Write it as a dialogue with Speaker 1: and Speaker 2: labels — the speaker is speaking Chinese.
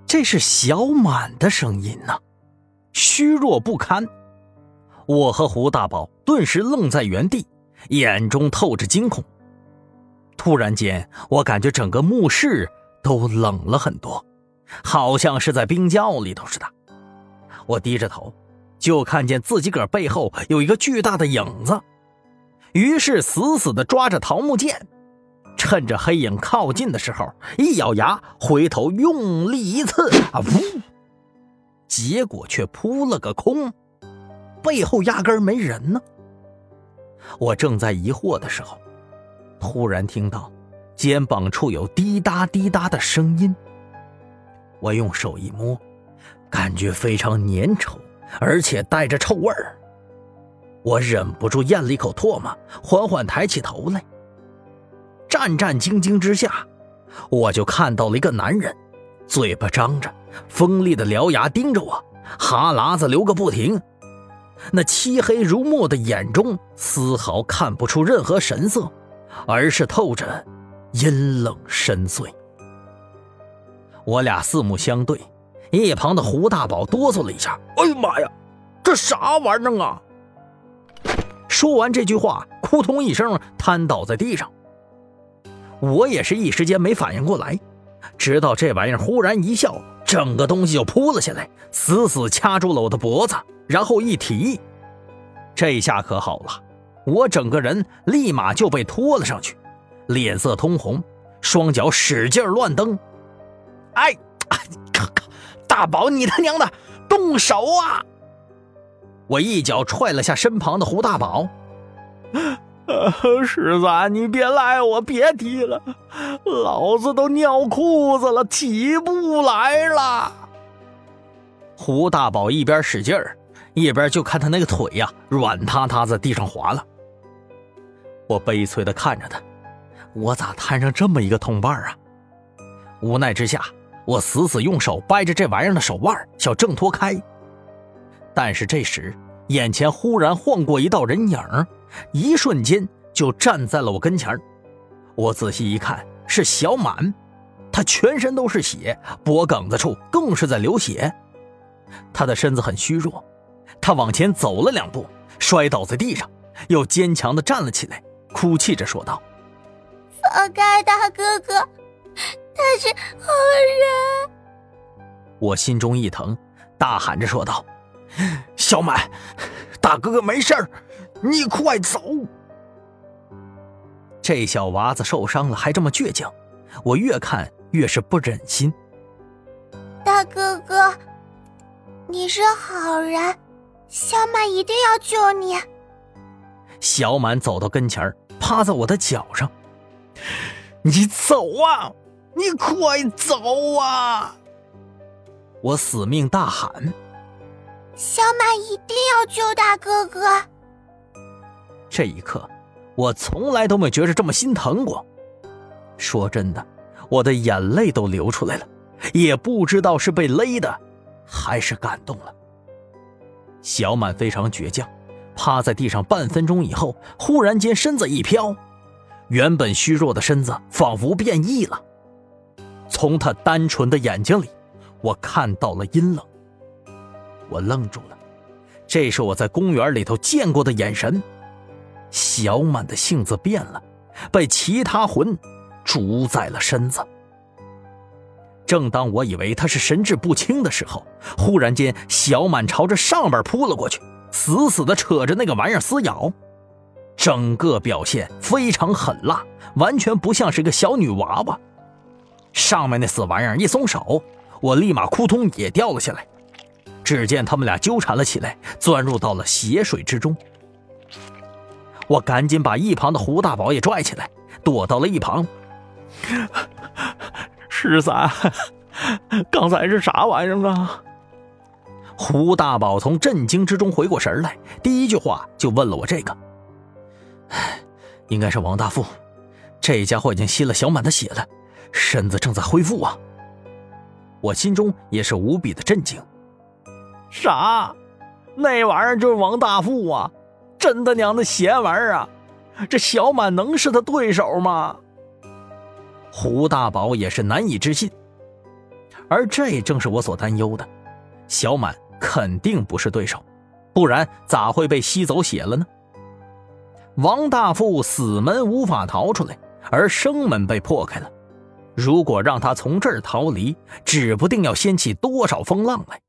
Speaker 1: 这是小满的声音呢，虚弱不堪。我和胡大宝顿时愣在原地，眼中透着惊恐。突然间，我感觉整个墓室都冷了很多，好像是在冰窖里头似的。我低着头，就看见自己个儿背后有一个巨大的影子，于是死死地抓着桃木剑，趁着黑影靠近的时候，一咬牙，回头用力一刺，呜！结果却扑了个空，背后压根儿没人呢。我正在疑惑的时候，突然听到肩膀处有滴答滴答的声音。我用手一摸，感觉非常粘稠，而且带着臭味儿。我忍不住咽了一口唾沫，缓缓抬起头来。战战兢兢之下，我就看到了一个男人，嘴巴张着，锋利的獠牙盯着我，哈喇子流个不停。那漆黑如墨的眼中丝毫看不出任何神色，而是透着阴冷深邃。我俩四目相对，一旁的胡大宝哆嗦了一下，哎呀妈呀，这啥玩意儿啊！说完这句话，扑通一声瘫倒在地上。我也是一时间没反应过来，直到这玩意儿忽然一笑，整个东西就扑了下来，死死掐住了我的脖子，然后一提。这下可好了，我整个人立马就被拖了上去，脸色通红，双脚使劲乱蹬。哎，大宝你他娘的，动手啊！我一脚踹了下身旁的胡大宝。
Speaker 2: 师子，你别赖我，别提了，老子都尿裤子了，起不来了。
Speaker 1: 胡大宝一边使劲儿，一边就看他那个腿呀，软塌塌在地上滑了。我悲催地看着他，我咋摊上这么一个同伴啊？无奈之下，我死死用手掰着这玩意儿的手腕，想挣脱开。但是这时，眼前忽然晃过一道人影，一瞬间就站在了我跟前。我仔细一看，是小满，他全身都是血，脖梗子处更是在流血。他的身子很虚弱，他往前走了2步，摔倒在地上，又坚强地站了起来，哭泣着说道：
Speaker 3: 放开大哥哥，他是好人。
Speaker 1: 我心中一疼，大喊着说道：小满，大哥哥没事儿，你快走。这小娃子受伤了还这么倔强，我越看越是不忍心。
Speaker 3: 大哥哥，你是好人，小满一定要救你。
Speaker 1: 小满走到跟前，趴在我的脚上。你走啊，你快走啊！我死命大喊。
Speaker 3: 小满一定要救大哥哥。
Speaker 1: 这一刻，我从来都没觉着这么心疼过。说真的，我的眼泪都流出来了，也不知道是被勒的，还是感动了。小满非常倔强，趴在地上半分钟以后，忽然间身子一飘，原本虚弱的身子仿佛变异了。从他单纯的眼睛里，我看到了阴冷。我愣住了，这是我在公园里头见过的眼神。小满的性子变了，被其他魂主宰了身子。正当我以为他是神志不清的时候，忽然间小满朝着上边扑了过去，死死地扯着那个玩意儿撕咬，整个表现非常狠辣，完全不像是个小女娃娃。上面那死玩意儿一松手，我立马扑通也掉了下来。只见他们俩纠缠了起来，钻入到了血水之中。我赶紧把一旁的胡大宝也拽起来，躲到了一旁。
Speaker 2: 师三，刚才是啥玩意儿啊？
Speaker 1: 胡大宝从震惊之中回过神来，第一句话就问了我这个。应该是王大富，这家伙已经吸了小满的血了，身子正在恢复啊。我心中也是无比的震惊。
Speaker 2: 啥？那玩意儿就是王大富啊？真的娘的邪玩意儿啊！这小满能是他对手吗？
Speaker 1: 胡大宝也是难以置信。 而这正是我所担忧的，小满肯定不是对手，不然咋会被吸走血了呢？王大富死门无法逃出来，而生门被破开了，如果让他从这儿逃离，指不定要掀起多少风浪来。